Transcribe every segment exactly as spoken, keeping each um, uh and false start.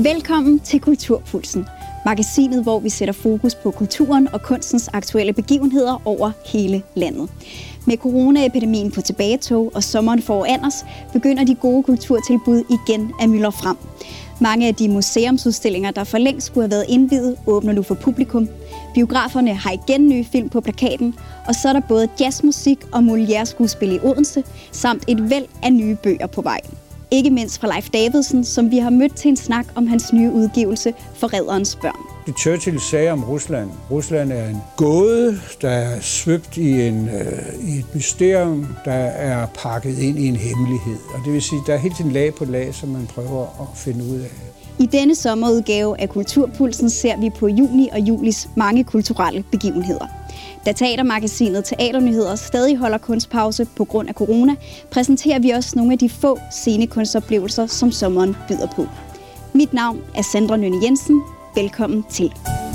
Velkommen til Kulturpulsen, magasinet, hvor vi sætter fokus på kulturen og kunstens aktuelle begivenheder over hele landet. Med coronaepidemien på tilbagetog og sommeren foran os, begynder de gode kulturtilbud igen at myldre frem. Mange af de museumsudstillinger, der for længst skulle have været indviet, åbner nu for publikum. Biograferne har igen nye film på plakaten, og så er der både jazzmusik og Molière-skuespil i Odense, samt et væld af nye bøger på vej. Ikke mindst fra Leif Davidsen, som vi har mødt til en snak om hans nye udgivelse, Forræderens børn. Churchill sagde om Rusland. Rusland er en gåde, der er svøbt i, en, øh, i et mysterium, der er pakket ind i en hemmelighed. Og det vil sige, der er helt en lag på lag, som man prøver at finde ud af. I denne sommerudgave af Kulturpulsen ser vi på juni og julis mange kulturelle begivenheder. Da teatermagasinet Teaternyheder stadig holder kunstpause på grund af corona, præsenterer vi også nogle af de få scenekunstoplevelser, som sommeren byder på. Mit navn er Sandra Nynne Jensen. Velkommen til.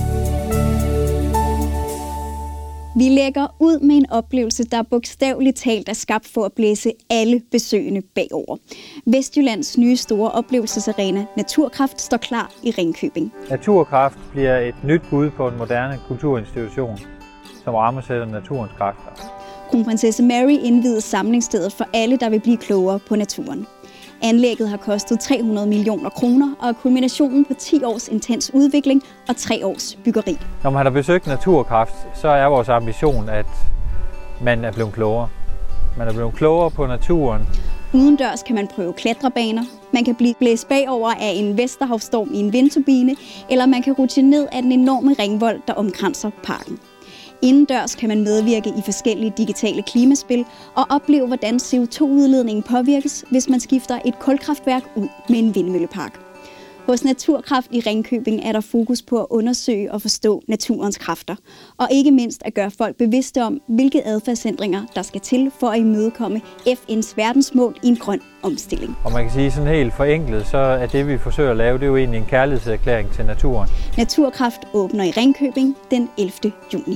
Vi lægger ud med en oplevelse, der bogstaveligt talt er skabt for at blæse alle besøgende bagover. Vestjyllands nye store oplevelsesarena Naturkraft står klar i Ringkøbing. Naturkraft bliver et nyt bud på en moderne kulturinstitution, som rammesætter naturens kræfter. Kronprinsesse Mary indviede samlingsstedet for alle, der vil blive klogere på naturen. Anlægget har kostet tre hundrede millioner kroner og er kulminationen på ti års intens udvikling og tre års byggeri. Når man har besøgt Naturkraft, så er vores ambition, at man er blevet klogere. Man er blevet klogere på naturen. Udendørs kan man prøve klatrebaner, man kan blive blæst bagover af en Vesterhavsstorm i en vindturbine, eller man kan rutsche ned af den enorme ringvold, der omkranser parken. Indendørs kan man medvirke i forskellige digitale klimaspil og opleve, hvordan C O to udledningen påvirkes, hvis man skifter et kulkraftværk ud med en vindmøllepark. Hos Naturkraft i Ringkøbing er der fokus på at undersøge og forstå naturens kræfter, og ikke mindst at gøre folk bevidste om, hvilke adfærdsændringer der skal til for at imødekomme F N's verdensmål i en grøn omstilling. Og man kan sige sådan helt forenklet, så er det, vi forsøger at lave, det er jo egentlig en kærlighedserklæring til naturen. Naturkraft åbner i Ringkøbing den ellevte juni.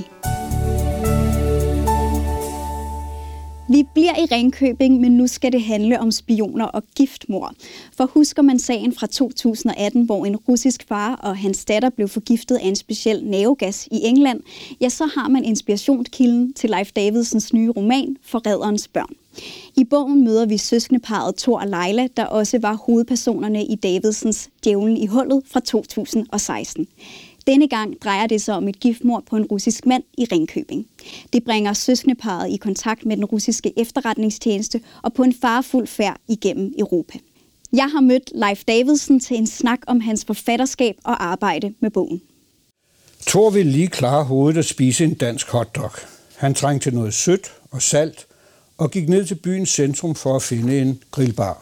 Vi bliver i Ringkøbing, men nu skal det handle om spioner og giftmord. For husker man sagen fra to tusind og atten, hvor en russisk far og hans datter blev forgiftet af en speciel nervegas i England, ja, så har man inspirationskilden til Leif Davidsens nye roman, Forræderens børn. I bogen møder vi søskendeparret Thor og Leila, der også var hovedpersonerne i Davidsens Djævlen i hullet fra to tusind og seksten. Denne gang drejer det sig om et giftmord på en russisk mand i Ringkøbing. Det bringer søskendeparret i kontakt med den russiske efterretningstjeneste og på en farefuld færd igennem Europa. Jeg har mødt Leif Davidsen til en snak om hans forfatterskab og arbejde med bogen. Thor ville lige klare hovedet at spise en dansk hotdog. Han trængte noget sødt og salt og gik ned til byens centrum for at finde en grillbar.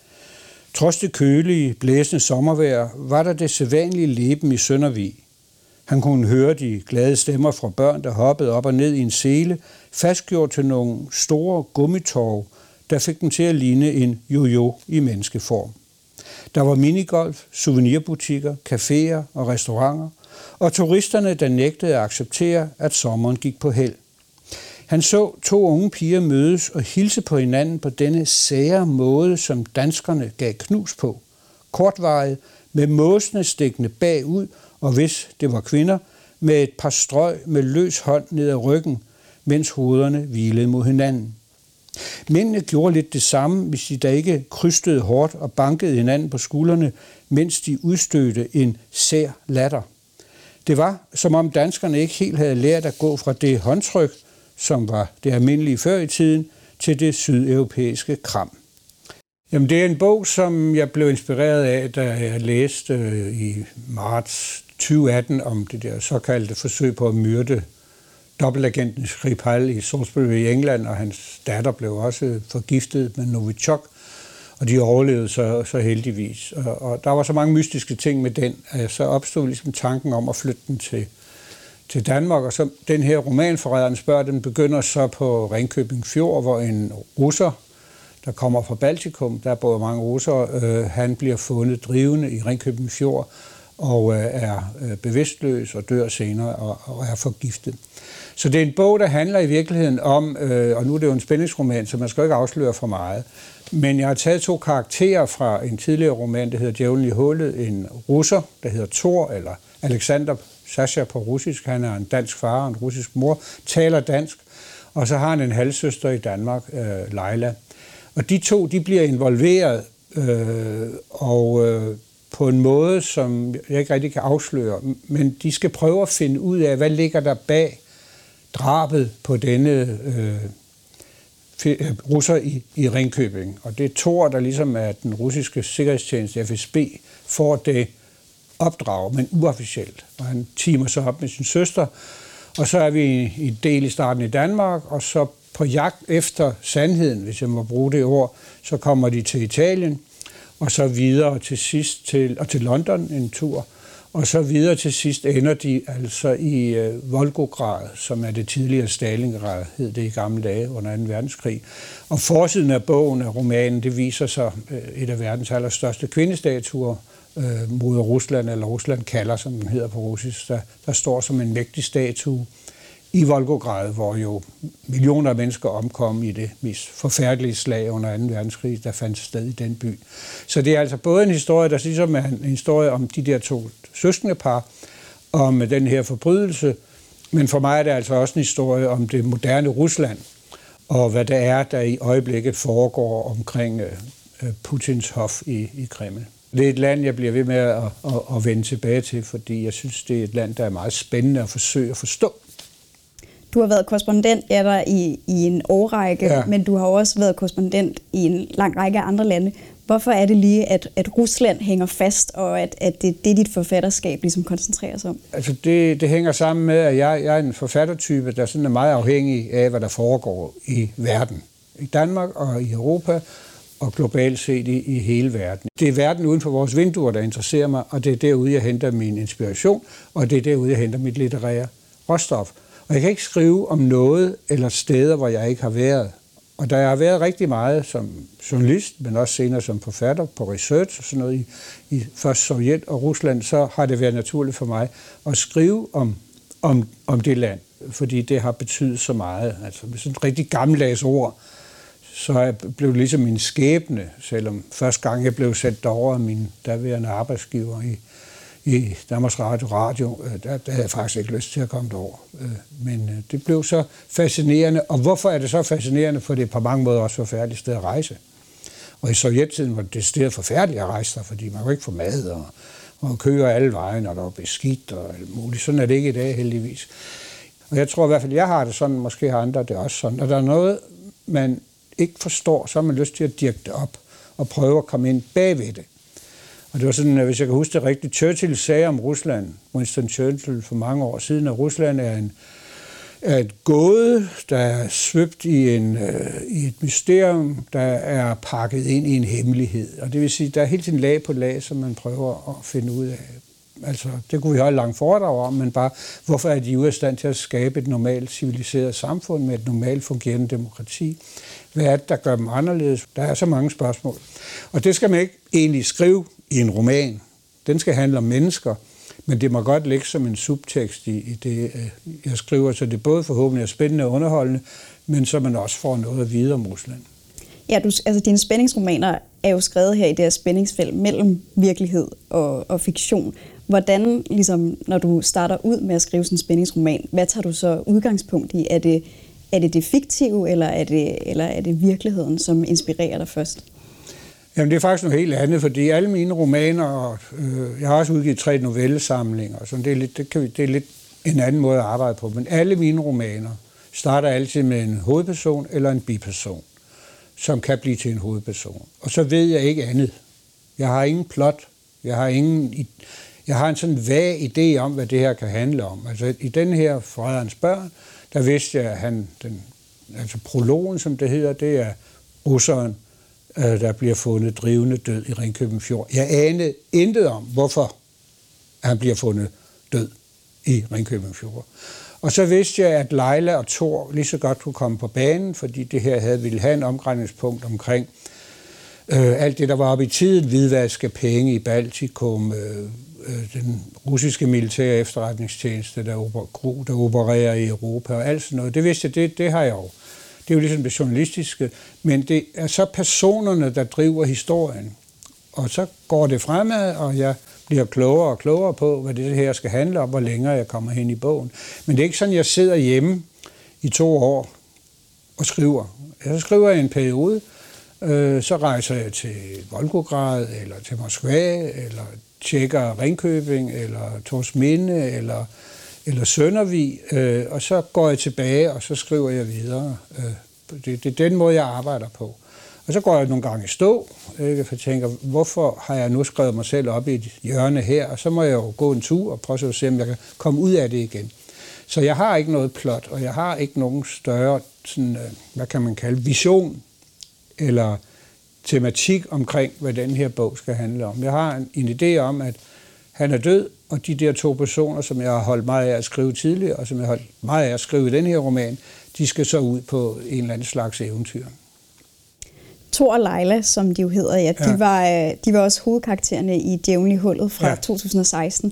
Trods det kølige, blæsende sommervejr var der det sædvanlige leben i Søndervig. Han kunne høre de glade stemmer fra børn, der hoppede op og ned i en sele, fastgjort til nogle store gummitorv, der fik dem til at ligne en jojo i menneskeform. Der var minigolf, souvenirbutikker, caféer og restauranter, og turisterne, der nægtede at acceptere, at sommeren gik på held. Han så to unge piger mødes og hilse på hinanden på denne sære måde, som danskerne gav knus på. Kortvarigt, med måsene stikkende bagud, og hvis det var kvinder, med et par strøg med løs hånd ned ad ryggen, mens hovederne hvilede mod hinanden. Mændene gjorde lidt det samme, hvis de da ikke krystede hårdt og bankede hinanden på skuldrene, mens de udstødte en sær latter. Det var, som om danskerne ikke helt havde lært at gå fra det håndtryk, som var det almindelige før i tiden, til det sydeuropæiske kram. Jamen, det er en bog, som jeg blev inspireret af, da jeg læste øh, i marts tyve atten om det der såkaldte forsøg på at myrde dobbeltagenten Skripal i Salisbury i England, og hans datter blev også forgiftet med Novichok, og de overlevede så, så heldigvis. Og, og der var så mange mystiske ting med den, at så opstod ligesom tanken om at flytte den til til Danmark, og så den her roman, Forræderens børn, den begynder så på Ringkøbing Fjord, hvor en russer, der kommer fra Baltikum, der er både mange russere, øh, han bliver fundet drivende i Ringkøbing Fjord, og øh, er øh, bevidstløs og dør senere og, og er forgiftet. Så det er en bog, der handler i virkeligheden om, øh, og nu er det jo en spændingsroman, så man skal ikke afsløre for meget, men jeg har taget to karakterer fra en tidligere roman, der hedder Djævlen i hullet, en russer, der hedder Thor, eller Alexander Sasha på russisk, han er en dansk far og en russisk mor, taler dansk, og så har han en halvsøster i Danmark, øh, Leila. Og de to, de bliver involveret, øh, og øh, på en måde, som jeg ikke rigtig kan afsløre, men de skal prøve at finde ud af, hvad ligger der bag drabet på denne øh, russer i, i Ringkøbing. Og det er Thor, der ligesom er den russiske sikkerhedstjeneste, F S B, får det opdrag, men uofficielt. Og han teamer sig op med sin søster, og så er vi i en del i starten i Danmark, og så på jagt efter sandheden, hvis jeg må bruge det ord, så kommer de til Italien, og så videre til sidst til, og til London en tur, og så videre til sidst ender de altså i øh, Volgograd, som er det tidligere Stalingrad, hed det i gamle dage under anden verdenskrig. Og forsiden af bogen, af romanen, det viser sig øh, et af verdens allerstørste kvindestatuer, øh, mod Rusland, eller Rusland kalder, som den hedder på russisk, der, der står som en mægtig statue i Volgograd, hvor jo millioner af mennesker omkom i det mest forfærdelige slag under anden verdenskrig, der fandt sted i den by. Så det er altså både en historie, der ligesom er en historie om de der to søskendepar, om den her forbrydelse, men for mig er det altså også en historie om det moderne Rusland, og hvad det er, der i øjeblikket foregår omkring Putins hof i, i Kreml. Det er et land, jeg bliver ved med at, at, at vende tilbage til, fordi jeg synes, det er et land, der er meget spændende at forsøge at forstå. Du har været korrespondent ja, der i, i en årrække, ja. Men du har også været korrespondent i en lang række andre lande. Hvorfor er det lige, at, at Rusland hænger fast, og at, at det, det er dit forfatterskab ligesom koncentrerer sig om? Altså det, det hænger sammen med, at jeg, jeg er en forfattertype, der sådan er meget afhængig af, hvad der foregår i verden. I Danmark og i Europa, og globalt set i, i hele verden. Det er verden uden for vores vinduer, der interesserer mig, og det er derude, jeg henter min inspiration, og det er derude, jeg henter mit litterære råstof. Og jeg kan ikke skrive om noget eller steder, hvor jeg ikke har været. Og da jeg har været rigtig meget som journalist, men også senere som forfatter på research og sådan noget i, i først Sovjet og Rusland, så har det været naturligt for mig at skrive om, om, om det land, fordi det har betydet så meget. Altså med sådan et rigtig gammeldags ord, så er blev ligesom min skæbne, selvom første gang jeg blev sendt derover af min daværende arbejdsgiver i i Danmarks Radio, Radio der, der havde jeg faktisk ikke lyst til at komme derover. Men det blev så fascinerende. Og hvorfor er det så fascinerende? For det er på mange måder også forfærdeligt sted at rejse. Og i sovjettiden var det decideret forfærdeligt at rejse der, fordi man kunne ikke få mad, og man kører alle vejen, og der var beskidt og alt muligt. Sådan er det ikke i dag, heldigvis. Og jeg tror i hvert fald, jeg har det sådan, måske har andre det også sådan. Og der er noget, man ikke forstår, så har man lyst til at dirke det op og prøve at komme ind bagved det. Og det var sådan, hvis jeg kan huske det rigtigt, Churchill sagde om Rusland, Winston Churchill for mange år siden, at Rusland er, en, er et gåde, der er svøbt i, en, øh, i et mysterium, der er pakket ind i en hemmelighed. Og det vil sige, der er hele tiden lag på lag, som man prøver at finde ud af. Altså, det kunne vi holde langt foredrag om, men bare, hvorfor er de ude af stand til at skabe et normalt civiliseret samfund med et normalt fungerende demokrati? Hvad er det, der gør dem anderledes? Der er så mange spørgsmål. Og det skal man ikke egentlig skrive i en roman. Den skal handle om mennesker, men det må godt ligge som en subtekst i, i det, jeg skriver, så det både forhåbentlig er spændende og underholdende, men så man også får noget at vide om Rusland. Ja, du, altså dine spændingsromaner er jo skrevet her i det her spændingsfelt mellem virkelighed og, og fiktion. Hvordan, ligesom, når du starter ud med at skrive sådan en spændingsroman, hvad tager du så udgangspunkt i? Er det er det, det fiktive, eller er det, eller er det virkeligheden, som inspirerer dig først? Jamen, det er faktisk noget helt andet, fordi alle mine romaner, og øh, jeg har også udgivet tre novellesamlinger, så det er, lidt, det, kan vi, det er lidt en anden måde at arbejde på, men alle mine romaner starter altid med en hovedperson eller en biperson, som kan blive til en hovedperson. Og så ved jeg ikke andet. Jeg har ingen plot, jeg har ingen... Jeg har en sådan vag idé om, hvad det her kan handle om. Altså i den her Frederens børn, der vidste jeg, at han, den, altså prologen, som det hedder, det er russeren, øh, der bliver fundet drivende død i Ringkøbing Fjord. Jeg anede intet om, hvorfor han bliver fundet død i Ringkøbing Fjord. Og så vidste jeg, at Leila og Thor lige så godt kunne komme på banen, fordi det her havde ville have en omdrejningspunkt omkring Øh, alt det, der var oppe i tiden, hvidvask af penge i Baltikum, øh, øh, den russiske militære efterretningstjeneste, der, oper, der opererer i Europa og alt sådan noget. Det vidste jeg, det, det har jeg jo. Det er jo ligesom det journalistiske, men det er så personerne, der driver historien. Og så går det fremad, og jeg bliver klogere og klogere på, hvad det her skal handle om, hvor længere jeg kommer hen i bogen. Men det er ikke sådan, jeg sidder hjemme i to år og skriver. Jeg skriver i en periode, øh, så rejser jeg til Volgograd, eller til Moskva, eller tjekker Ringkøbing, eller Torsminde, eller, eller Søndervig, øh, og så går jeg tilbage, og så skriver jeg videre. Øh, det, det er den måde, jeg arbejder på. Og så går jeg nogle gange i stå, ikke? For jeg tænker, hvorfor har jeg nu skrevet mig selv op i et hjørne her, og så må jeg jo gå en tur og prøve at se, om jeg kan komme ud af det igen. Så jeg har ikke noget plot, og jeg har ikke nogen større, sådan, hvad kan man kalde, vision eller tematik omkring, hvad den her bog skal handle om. Jeg har en, en idé om, at han er død, og de der to personer, som jeg har holdt meget af at skrive tidligere, og som jeg har holdt meget af at skrive i den her roman, de skal så ud på en eller anden slags eventyr. Thor og Leila, som de jo hedder, ja, de, ja. Var, de var også hovedkaraktererne i Djævlen i hullet fra ja. to tusind og seksten.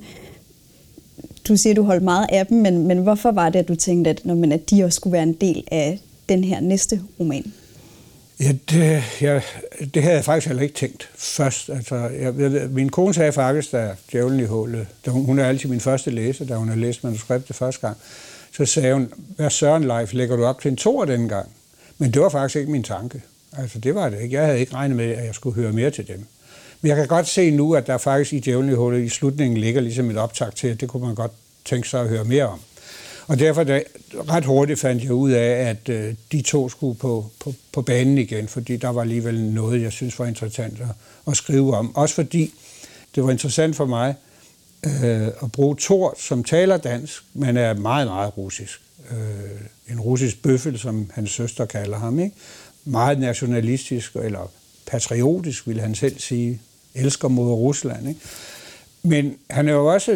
Du siger, du holdt meget af dem, men, men hvorfor var det, at du tænkte, at, når man, at de også skulle være en del af den her næste roman? Ja, det, jeg, det havde jeg faktisk heller ikke tænkt først. Altså, jeg, min kone sagde faktisk, da Djævlen i hullet, da hun, hun er altid min første læser, da hun har læst manuskriptet første gang, så sagde hun, hvad søren, Leif, lægger du op til en toer denne gang? Men det var faktisk ikke min tanke. Altså, det var det ikke. Jeg havde ikke regnet med, at jeg skulle høre mere til dem. Men jeg kan godt se nu, at der faktisk i Djævlen i hullet i slutningen ligger ligesom et optag til, at det kunne man godt tænke sig at høre mere om. Og derfor da, ret hurtigt fandt jeg ud af, at øh, de to skulle på, på, på banen igen, fordi der var alligevel noget, jeg synes var interessant at, at skrive om. Også fordi det var interessant for mig øh, at bruge Thor, som taler dansk, men er meget, meget russisk. Øh, en russisk bøffel, som hans søster kalder ham, ikke? Meget nationalistisk, eller patriotisk, ville han selv sige, elsker mod Rusland. Ikke? Men han er jo også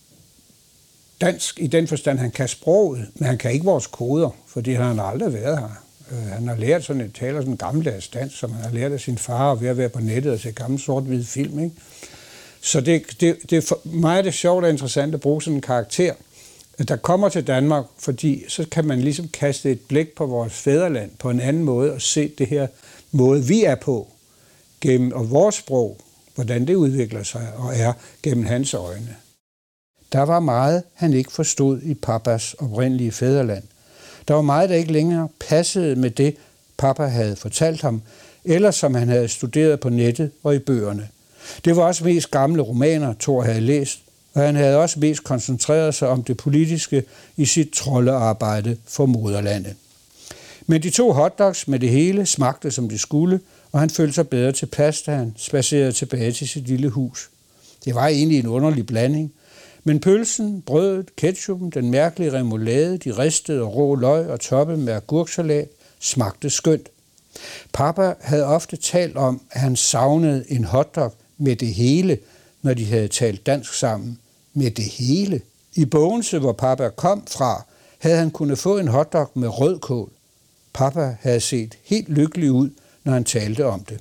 dansk i den forstand, han kan sproget, men han kan ikke vores koder, fordi han har aldrig været her. Han har lært sådan et, taler sådan en gammeldags dansk, som han har lært af sin far, og ved at være på nettet og se gamle sort-hvide film. Ikke? Så det, det, det for mig er det sjovt og interessant at bruge sådan en karakter, der kommer til Danmark, fordi så kan man ligesom kaste et blik på vores fædreland på en anden måde og se det her måde, vi er på, gennem og vores sprog, hvordan det udvikler sig og er gennem hans øjne. Der var meget, han ikke forstod i pappas oprindelige fædreland. Der var meget, der ikke længere passede med det, pappa havde fortalt ham, eller som han havde studeret på nettet og i bøgerne. Det var også mest gamle romaner, Thor havde læst, og han havde også mest koncentreret sig om det politiske i sit troldearbejde for moderlandet. Men de to hotdogs med det hele smagte, som det skulle, og han følte sig bedre tilpas, da han spacerede tilbage til sit lille hus. Det var egentlig en underlig blanding, men pølsen, brødet, ketchupen, den mærkelige remoulade, de ristede og rå løg og toppet med agurksalat smagte skønt. Pappa havde ofte talt om, at han savnede en hotdog med det hele, når de havde talt dansk sammen. Med det hele. I Bogense, hvor pappa kom fra, havde han kunnet få en hotdog med rødkål. Pappa havde set helt lykkelig ud, når han talte om det.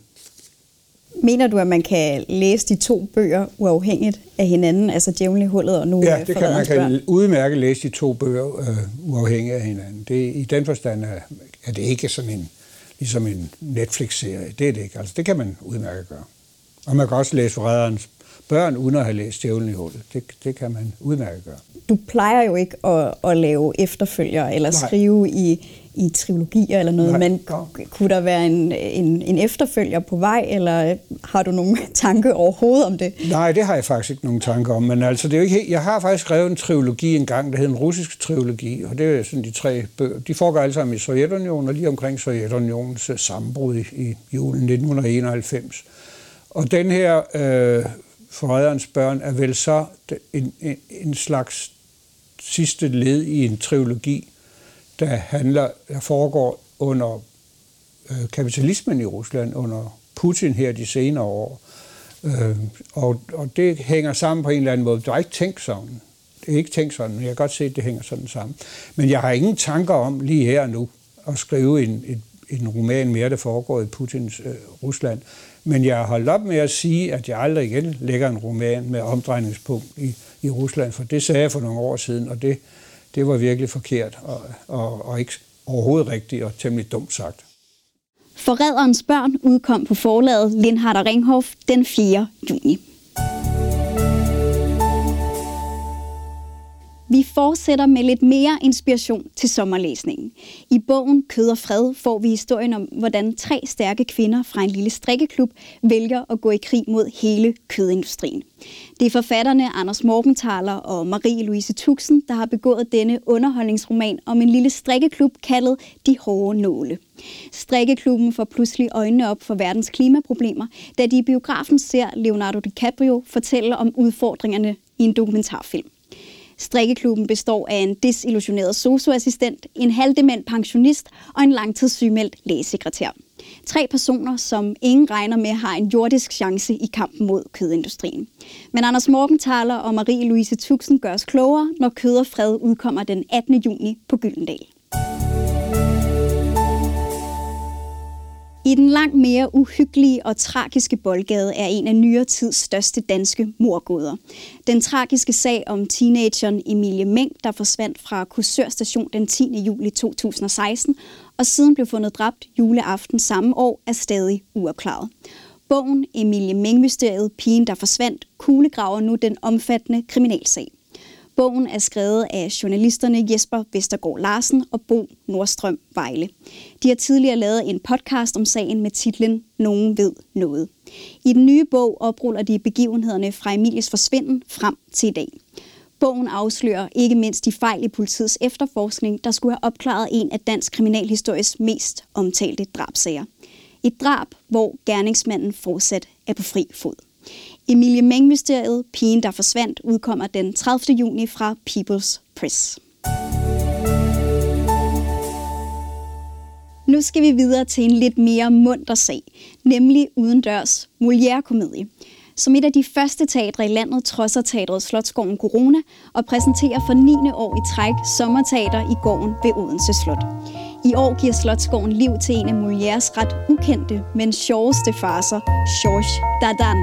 Mener du, at man kan læse de to bøger uafhængigt af hinanden, altså Djævlen i hullet og nu Ja, det kan man børn? kan udmærket læse de to bøger øh, uafhængigt af hinanden. Det, I den forstand er, er det ikke sådan en, ligesom en Netflix-serie. Det er det ikke. Altså, det kan man udmærket gøre. Og man kan også læse Forræderens børn, uden at have læst Djævlen i hullet. Det, det kan man udmærket gøre. Du plejer jo ikke at, at lave efterfølger eller Nej. skrive i, i trilogier eller noget, Nej. men kunne der være en, en, en efterfølger på vej, eller har du nogen tanke overhovedet om det? Nej, det har jeg faktisk ikke nogen tanke om, men altså, det er jo ikke helt, jeg har faktisk skrevet en trilogi engang, der hedder en russisk trilogi, og det er sådan de tre bøger. De foregår alle sammen i Sovjetunionen, og lige omkring Sovjetunionens sammenbrud i, i julen nitten enoghalvfems. Og den her øh, Forræderens børn er vel så en, en, en slags sidste led i en trilogi, der handler, der foregår under øh, kapitalismen i Rusland, under Putin her de senere år. Øh, og, og det hænger sammen på en eller anden måde. Det er ikke tænkt sådan. Det er ikke tænkt sådan, men jeg kan godt se, at det hænger sådan sammen. Men jeg har ingen tanker om lige her nu at skrive en, en, en roman mere, der foregår i Putins øh, Rusland. Men jeg har holdt op med at sige, at jeg aldrig igen lægger en roman med omdrejningspunkt i, i Rusland, for det sagde jeg for nogle år siden, og det, det var virkelig forkert og, og, og ikke overhovedet rigtigt og temmelig dumt sagt. Forræderens børn udkom på forlaget Lindhardt og Ringhof den fjerde juni. Vi fortsætter med lidt mere inspiration til sommerlæsningen. I bogen Kød og Fred får vi historien om, hvordan tre stærke kvinder fra en lille strikkeklub vælger at gå i krig mod hele kødindustrien. Det er forfatterne Anders Morgenthaler og Marie-Louise Tuxen, der har begået denne underholdningsroman om en lille strikkeklub kaldet De Hårde Nåle. Strikkeklubben får pludselig øjnene op for verdens klimaproblemer, da de i biografen ser Leonardo DiCaprio fortælle om udfordringerne i en dokumentarfilm. Strikkeklubben består af en desillusioneret sosu-assistent, en halvdement pensionist og en langtidssygemeldt lægesekretær. Tre personer, som ingen regner med har en jordisk chance i kampen mod kødindustrien. Men Anders Morgenthaler og Marie-Louise Tuxen gør os klogere, når Kød og Fred udkommer den attende juni på Gyldendal. I den langt mere uhyggelige og tragiske boldgade er en af nyere tids største danske mordgåder. Den tragiske sag om teenageren Emilie Meng, der forsvandt fra Korsør Station den tiende juli to tusind og seksten, og siden blev fundet dræbt juleaften samme år, er stadig uopklaret. Bogen Emilie Meng-mysteriet, pigen der forsvandt, kuglegraver nu den omfattende kriminalsag. Bogen er skrevet af journalisterne Jesper Vestergaard Larsen og Bo Nordstrøm Vejle. De har tidligere lavet en podcast om sagen med titlen Nogen ved noget. I den nye bog opruller de begivenhederne fra Emilies forsvinden frem til i dag. Bogen afslører ikke mindst de fejl i politiets efterforskning, der skulle have opklaret en af dansk kriminalhistories mest omtalte drabsager. Et drab, hvor gerningsmanden fortsat er på fri fod. Emilie Meng-mysteriet, pigen der forsvandt, udkommer den tredivte juni fra People's Press. Nu skal vi videre til en lidt mere munter sag, nemlig udendørs Molière-komedie. Som et af de første teatre i landet trodser teatret Slotsgården corona og præsenterer for niende år i træk sommerteater i gården ved Odense Slot. I år giver Slotsgården liv til en af Molières ret ukendte, men sjoveste farcer, Georges Dardan.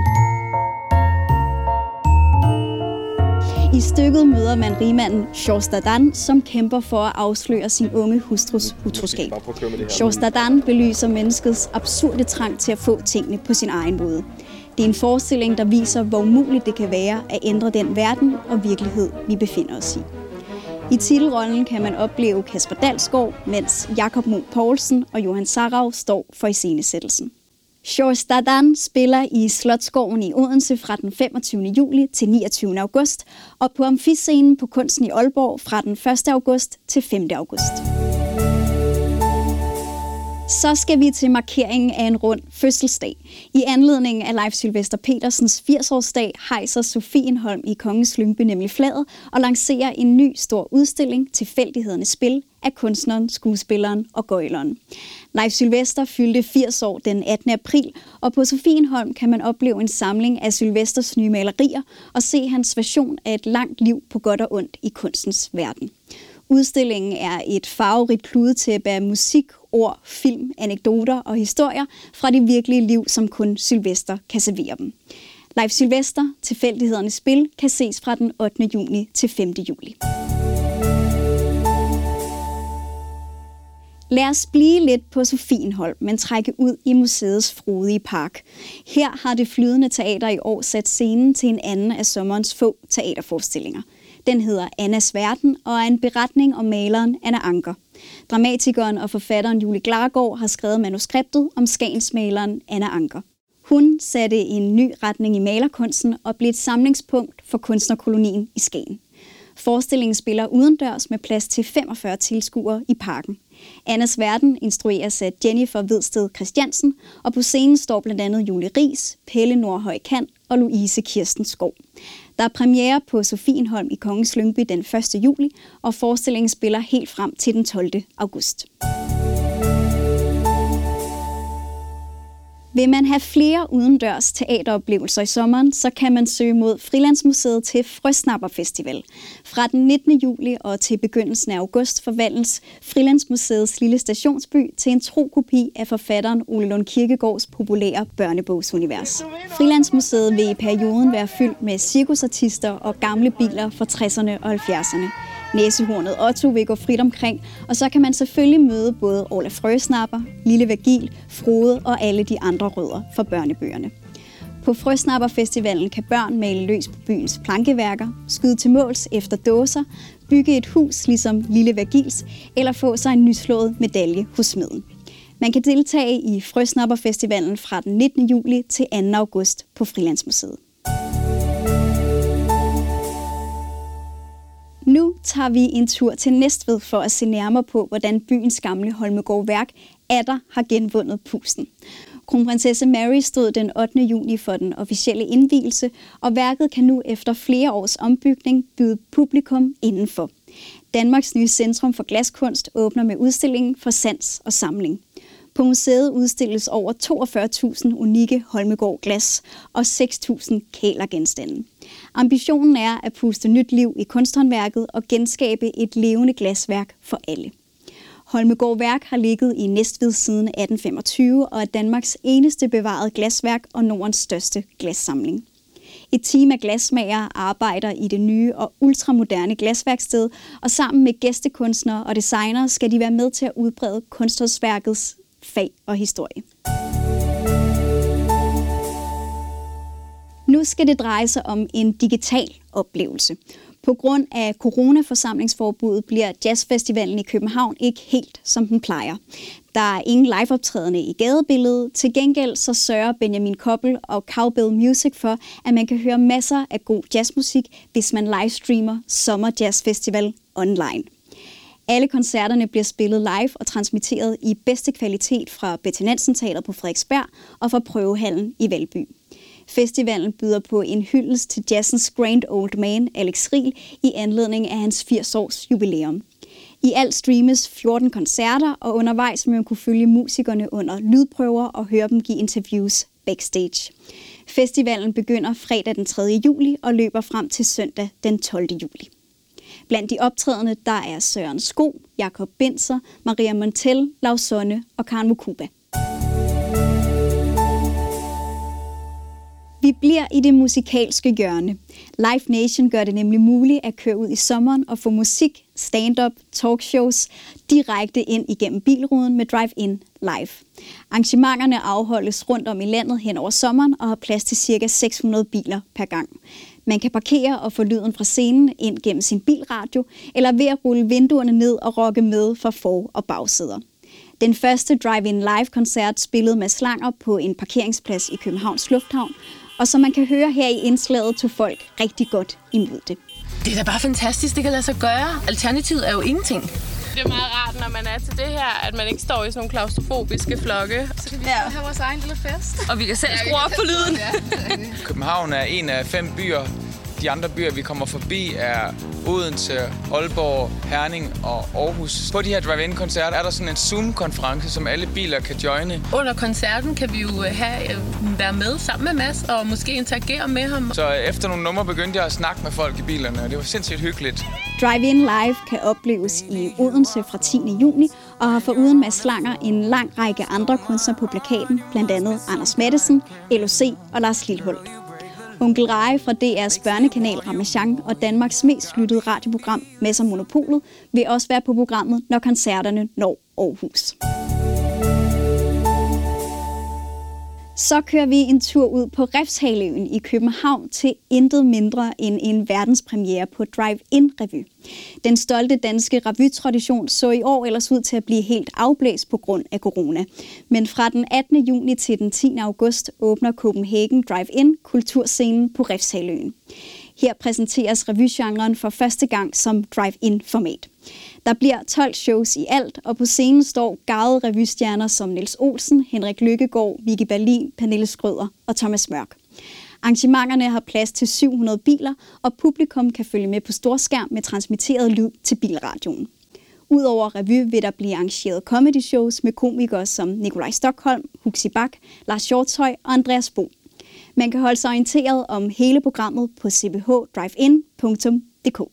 I stykket møder man rigmanden Georges Dardan, som kæmper for at afsløre sin unge hustrus utroskab. Georges Dardan belyser menneskets absurde trang til at få tingene på sin egen måde. Det er en forestilling, der viser, hvor umuligt det kan være at ændre den verden og virkelighed, vi befinder os i. I titelrollen kan man opleve Kasper Dalsgaard, mens Jakob Mo Poulsen og Johan Sarau står for iscenesættelsen. Georges Dardan spiller i Slotsgården i Odense fra den femogtyvende juli til niogtyvende august, og på Amfiscenen på Kunsten i Aalborg fra den første august til femte august. Så skal vi til markeringen af en rund fødselsdag. I anledning af Leif Sylvester Petersens firs-årsdag hejser Sofienholm i Kongens Lyngby nemlig flaget og lancerer en ny stor udstilling, Tilfældighedernes spil, af kunstneren, skuespilleren og gøjleren. Leif Sylvester fyldte firs år den attende april, og på Sofienholm kan man opleve en samling af Sylvesters nye malerier og se hans version af et langt liv på godt og ondt i kunstens verden. Udstillingen er et farverigt kludetæppe af musik, ord, film, anekdoter og historier fra det virkelige liv, som kun Sylvester kan servere dem. Leif Sylvester, Tilfældighedernes spil, kan ses fra den ottende juni til femte juli. Lad os blive lidt på Sofienholm, men trække ud i museets frodige park. Her har Det Flydende Teater i år sat scenen til en anden af sommerens få teaterforestillinger. Den hedder Annas Verden og er en beretning om maleren Anna Ancher. Dramatikeren og forfatteren Julie Glargaard har skrevet manuskriptet om skagensmaleren Anna Ancher. Hun satte en ny retning i malerkunsten og blev et samlingspunkt for kunstnerkolonien i Skagen. Forestillingen spiller udendørs med plads til femogfyrre tilskuere i parken. Annas Verden instrueres af Jennifer Vedsted Christiansen, og på scenen står blandt andet Julie Riis, Pelle Nordhøj Kant og Louise Kirsten Skov. Der er premiere på Sofienholm i Kongens Lyngby den første juli, og forestillingen spiller helt frem til den tolvte august. Vil man have flere udendørs teateroplevelser i sommeren, så kan man søge mod Frilandsmuseet til Frøsnapper Festival. Fra den nittende juli og til begyndelsen af august forvandles Frilandsmuseets lille stationsby til en tro kopi af forfatteren Ole Lund Kirkegaards populære børnebogsunivers. Frilandsmuseet vil i perioden være fyldt med cirkusartister og gamle biler fra tresserne og halvfjerdserne. Næsehornet Otto vil gå frit omkring, og så kan man selvfølgelig møde både Orla Frøsnapper, Lille Vergil, Frode og alle de andre rødder fra børnebøgerne. På Frøsnapper Festivalen kan børn male løs på byens plankeværker, skyde til måls efter dåser, bygge et hus ligesom Lille Vergils, eller få sig en nyslået medalje hos smeden. Man kan deltage i Frøsnapper Festivalen fra den nittende juli til anden august på Frilandsmuseet. Nu tager vi en tur til Næstved for at se nærmere på, hvordan byens gamle Holmegaard Værk atter har genvundet pusten. Kronprinsesse Mary stod den ottende juni for den officielle indvielse, og værket kan nu efter flere års ombygning byde publikum indenfor. Danmarks nye Centrum for Glaskunst åbner med udstillingen for sans og samling. På museet udstilles over toogfyrre tusind unikke Holmegaard glas og seks tusind kælergenstande. Ambitionen er at puste nyt liv i kunsthåndværket og genskabe et levende glasværk for alle. Holmegaard Værk har ligget i Næstved siden atten femogtyve og er Danmarks eneste bevarede glasværk og Nordens største glassamling. Et team af glasmagere arbejder i det nye og ultramoderne glasværksted, og sammen med gæstekunstnere og designere skal de være med til at udbrede kunsthåndværkets fag og historie. Nu skal det dreje sig om en digital oplevelse. På grund af coronaforsamlingsforbuddet bliver jazzfestivalen i København ikke helt, som den plejer. Der er ingen liveoptrædende i gadebilledet. Til gengæld så sørger Benjamin Koppel og Cowbell Music for, at man kan høre masser af god jazzmusik, hvis man livestreamer Sommer Jazz Festival online. Alle koncerterne bliver spillet live og transmitteret i bedste kvalitet fra Betty Nansen Teatret på Frederiksberg og fra Prøvehallen i Valby. Festivalen byder på en hyldest til jazzens grand old man, Alex Riel, i anledning af hans firs års jubilæum. I alt streames fjorten koncerter, og undervejs vil man kunne følge musikerne under lydprøver og høre dem give interviews backstage. Festivalen begynder fredag den tredje juli og løber frem til søndag den tolvte juli. Blandt de optrædende der er Søren Sko, Jakob Binzer, Maria Montel, Lausonne og Karen Mukuba. Vi bliver i det musikalske hjørne. Live Nation gør det nemlig muligt at køre ud i sommeren og få musik, stand-up, talkshows direkte ind igennem bilruden med Drive-In Live. Arrangementerne afholdes rundt om i landet hen over sommeren og har plads til ca. seks hundrede biler per gang. Man kan parkere og få lyden fra scenen ind gennem sin bilradio, eller ved at rulle vinduerne ned og rocke med fra for- og bagsæder. Den første Drive-In Live-koncert spillede Mads Langer på en parkeringsplads i Københavns Lufthavn, og som man kan høre her i indslaget, tog folk rigtig godt imod det. Det er da bare fantastisk, det kan lade sig gøre. Alternativet er jo ingenting. Det er meget rart, når man er til det her, at man ikke står i sådan nogle klaustrofobiske flokke. Så kan vi ja. have vores egen lille fest. Og vi kan selv skrue op på lyden. København er en af fem byer. De andre byer, vi kommer forbi, er Odense, Aalborg, Herning og Aarhus. På de her drive-in-koncerter er der sådan en Zoom-konference, som alle biler kan joine. Under koncerten kan vi jo have, være med sammen med Mads og måske interagere med ham. Så efter nogle numre begyndte jeg at snakke med folk i bilerne, og det var sindssygt hyggeligt. Drive-In Live kan opleves i Odense fra tiende juni og har foruden Mads Langer en lang række andre kunstnere på plakaten, blandt andet Anders Mattesen, L O C og Lars Lilholt. Onkel Reje fra D R's børnekanal Ramasjang og Danmarks mest lyttede radioprogram Mads og Monopolet vil også være på programmet, når koncerterne når Aarhus. Så kører vi en tur ud på Refshaleøen i København til intet mindre end en verdenspremiere på Drive-In Revy. Den stolte danske revytradition så i år ellers ud til at blive helt afblæst på grund af corona. Men fra den attende juni til den tiende august åbner Copenhagen Drive-In kulturscenen på Refshaleøen. Her præsenteres revygenren for første gang som drive-in-format. Der bliver tolv shows i alt, og på scenen står garvede revystjerner som Niels Olsen, Henrik Lykkegaard, Vicky Berlin, Pernille Skrøder og Thomas Mørk. Arrangementerne har plads til syv hundrede biler, og publikum kan følge med på storskærm med transmitteret lyd til bilradioen. Udover revy vil der blive arrangeret comedy shows med komikere som Nikolaj Stokholm, Huxi Bak, Lars Hjortshøj og Andreas Bo. Man kan holde sig orienteret om hele programmet på c b h drive in punktum d k.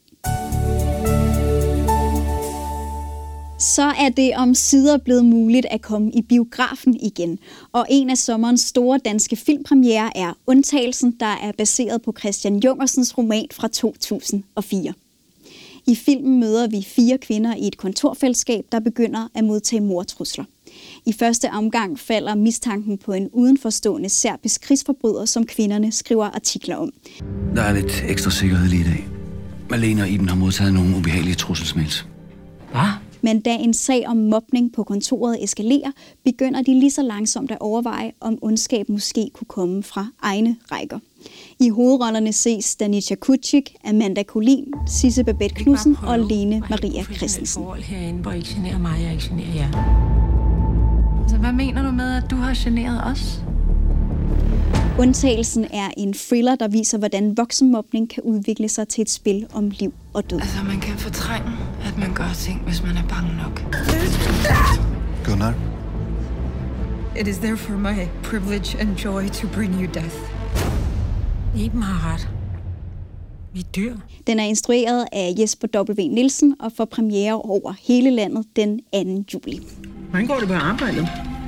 Så er det omsider blevet muligt at komme i biografen igen. Og en af sommerens store danske filmpremierer er Undtagelsen, der er baseret på Christian Jungersens roman fra to tusind og fire. I filmen møder vi fire kvinder i et kontorfællesskab, der begynder at modtage mordtrusler. I første omgang falder mistanken på en udenforstående serbisk krigsforbryder, som kvinderne skriver artikler om. Der er lidt ekstra sikkerhed lige i dag. Malene og Iben har modtaget nogle ubehagelige trusselsmails. Hvad? Men da en sag om mobning på kontoret eskalerer, begynder de lige så langsomt at overveje, om ondskab måske kunne komme fra egne rækker. I hovedrollerne ses Danica Kucik, Amanda Collin, Sisse Babette Knudsen og Lene Maria Christensen. Herinde, hvor I ikke generer mig, jeg ikke generer jer. Altså, hvad mener du med, at du har generet os? Undtagelsen er en thriller, der viser, hvordan voksenmobning kan udvikle sig til et spil om liv og død. Altså, man kan fortrænge, at man gør ting, hvis man er bange nok. Gunnar. It is therefore my privilege and joy to bring you death. Iben har ret. Vi dør. Den er instrueret af Jesper W. Nielsen og får premiere over hele landet den anden juli. Hvordan går det på arbejdet?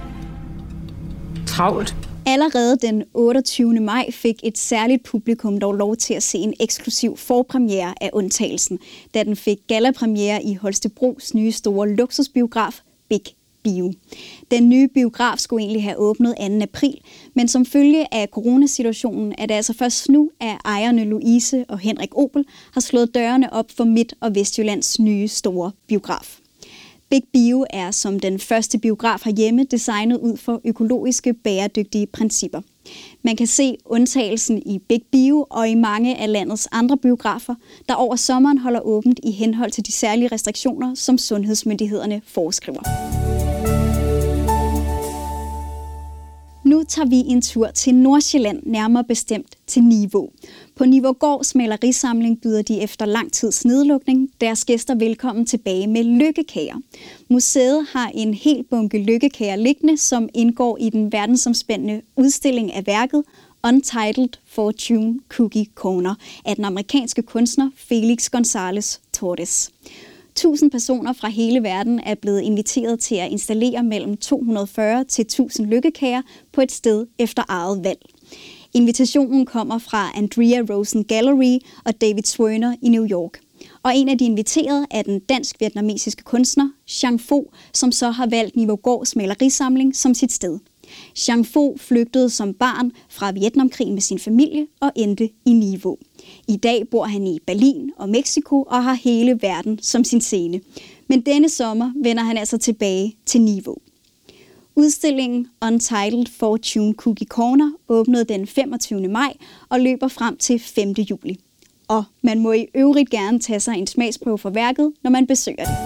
Travlt. Allerede den otteogtyvende maj fik et særligt publikum dog lov til at se en eksklusiv forpremiere af Undtagelsen, da den fik gallapremiere i Holstebros nye store luksusbiograf Big Bio. Den nye biograf skulle egentlig have åbnet anden april, men som følge af coronasituationen er det altså først nu, at ejerne Louise og Henrik Opel har slået dørene op for Midt- og Vestjyllands nye store biograf. Big Bio er som den første biograf herhjemme designet ud for økologiske, bæredygtige principper. Man kan se Undtagelsen i Big Bio og i mange af landets andre biografer, der over sommeren holder åbent i henhold til de særlige restriktioner, som sundhedsmyndighederne foreskriver. Nu tager vi en tur til Nordsjælland, nærmere bestemt til Nivå. På Nivågårds malerisamling byder de efter lang tids nedlukning deres gæster velkommen tilbage med lykkekager. Museet har en hel bunke lykkekager liggende, som indgår i den verdensomspændende udstilling af værket Untitled Fortune Cookie Corner af den amerikanske kunstner Felix González Torres. Tusind personer fra hele verden er blevet inviteret til at installere mellem to hundrede og fyrre til tusind lykkekager på et sted efter eget valg. Invitationen kommer fra Andrea Rosen Gallery og David Swirner i New York. Og en af de inviterede er den dansk-vietnamesiske kunstner Jean Pho, som så har valgt Nivågårds malerisamling som sit sted. Jean Pho flygtede som barn fra Vietnamkrigen med sin familie og endte i Nivå. I dag bor han i Berlin og Mexico og har hele verden som sin scene. Men denne sommer vender han altså tilbage til Nivå. Udstillingen Untitled Fortune Cookie Corner åbnede den femogtyvende maj og løber frem til femte juli. Og man må i øvrigt gerne tage sig en smagsprøve for værket, når man besøger det.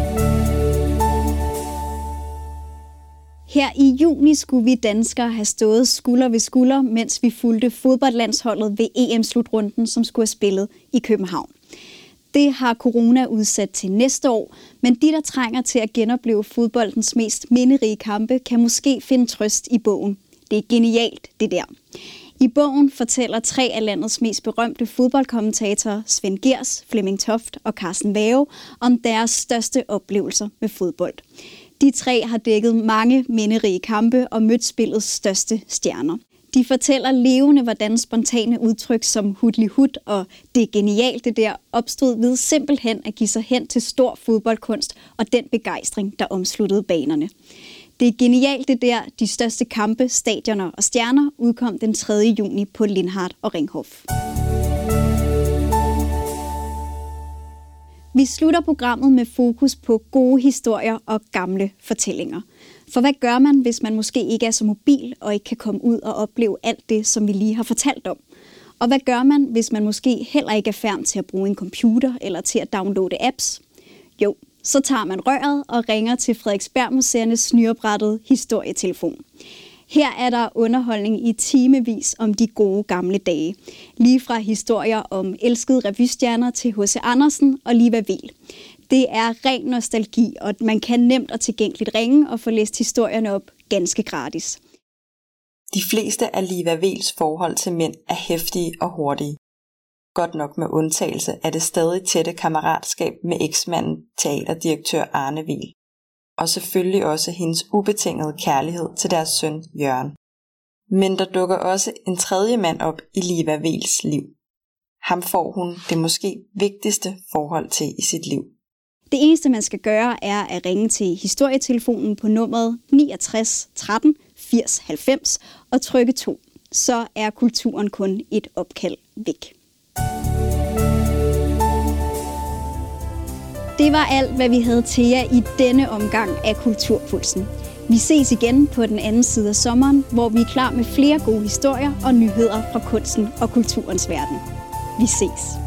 Her i juni skulle vi danskere have stået skulder ved skulder, mens vi fulgte fodboldlandsholdet ved E M-slutrunden, som skulle have spillet i København. Det har corona udsat til næste år, men de, der trænger til at genopleve fodboldens mest minderige kampe, kan måske finde trøst i bogen. Det er genialt, det der. I bogen fortæller tre af landets mest berømte fodboldkommentatorer, Svend Gers, Flemming Toft og Carsten Werge, om deres største oplevelser med fodbold. De tre har dækket mange minderige kampe og mødt spillets største stjerner. De fortæller levende, hvordan spontane udtryk som hudli hud og det er genialt det der opstod ved simpelthen at give sig hen til stor fodboldkunst og den begejstring, der omsluttede banerne. Det er genialt det der, de største kampe, stadioner og stjerner udkom den tredje juni på Lindhardt og Ringhof. Vi slutter programmet med fokus på gode historier og gamle fortællinger. For hvad gør man, hvis man måske ikke er så mobil og ikke kan komme ud og opleve alt det, som vi lige har fortalt om? Og hvad gør man, hvis man måske heller ikke er færdig til at bruge en computer eller til at downloade apps? Jo, så tager man røret og ringer til Frederiksberg-museernes nyoprettede historietelefon. Her er der underholdning i timevis om de gode gamle dage. Lige fra historier om elskede revystjerner til H C Andersen og Liva Vel. Det er ren nostalgi, og man kan nemt og tilgængeligt ringe og få læst historierne op ganske gratis. De fleste af Liva Wehls forhold til mænd er heftige og hurtige. Godt nok med undtagelse af det stadig tætte kammeratskab med eksmanden teaterdirektør Arne Wehl. Og selvfølgelig også hendes ubetingede kærlighed til deres søn Jørgen. Men der dukker også en tredje mand op i Liva Wehls liv. Ham får hun det måske vigtigste forhold til i sit liv. Det eneste, man skal gøre, er at ringe til historietelefonen på nummeret niogtres tretten firs halvfems og trykke to. Så er kulturen kun et opkald væk. Det var alt, hvad vi havde til jer i denne omgang af Kulturpulsen. Vi ses igen på den anden side af sommeren, hvor vi er klar med flere gode historier og nyheder fra kunsten og kulturens verden. Vi ses.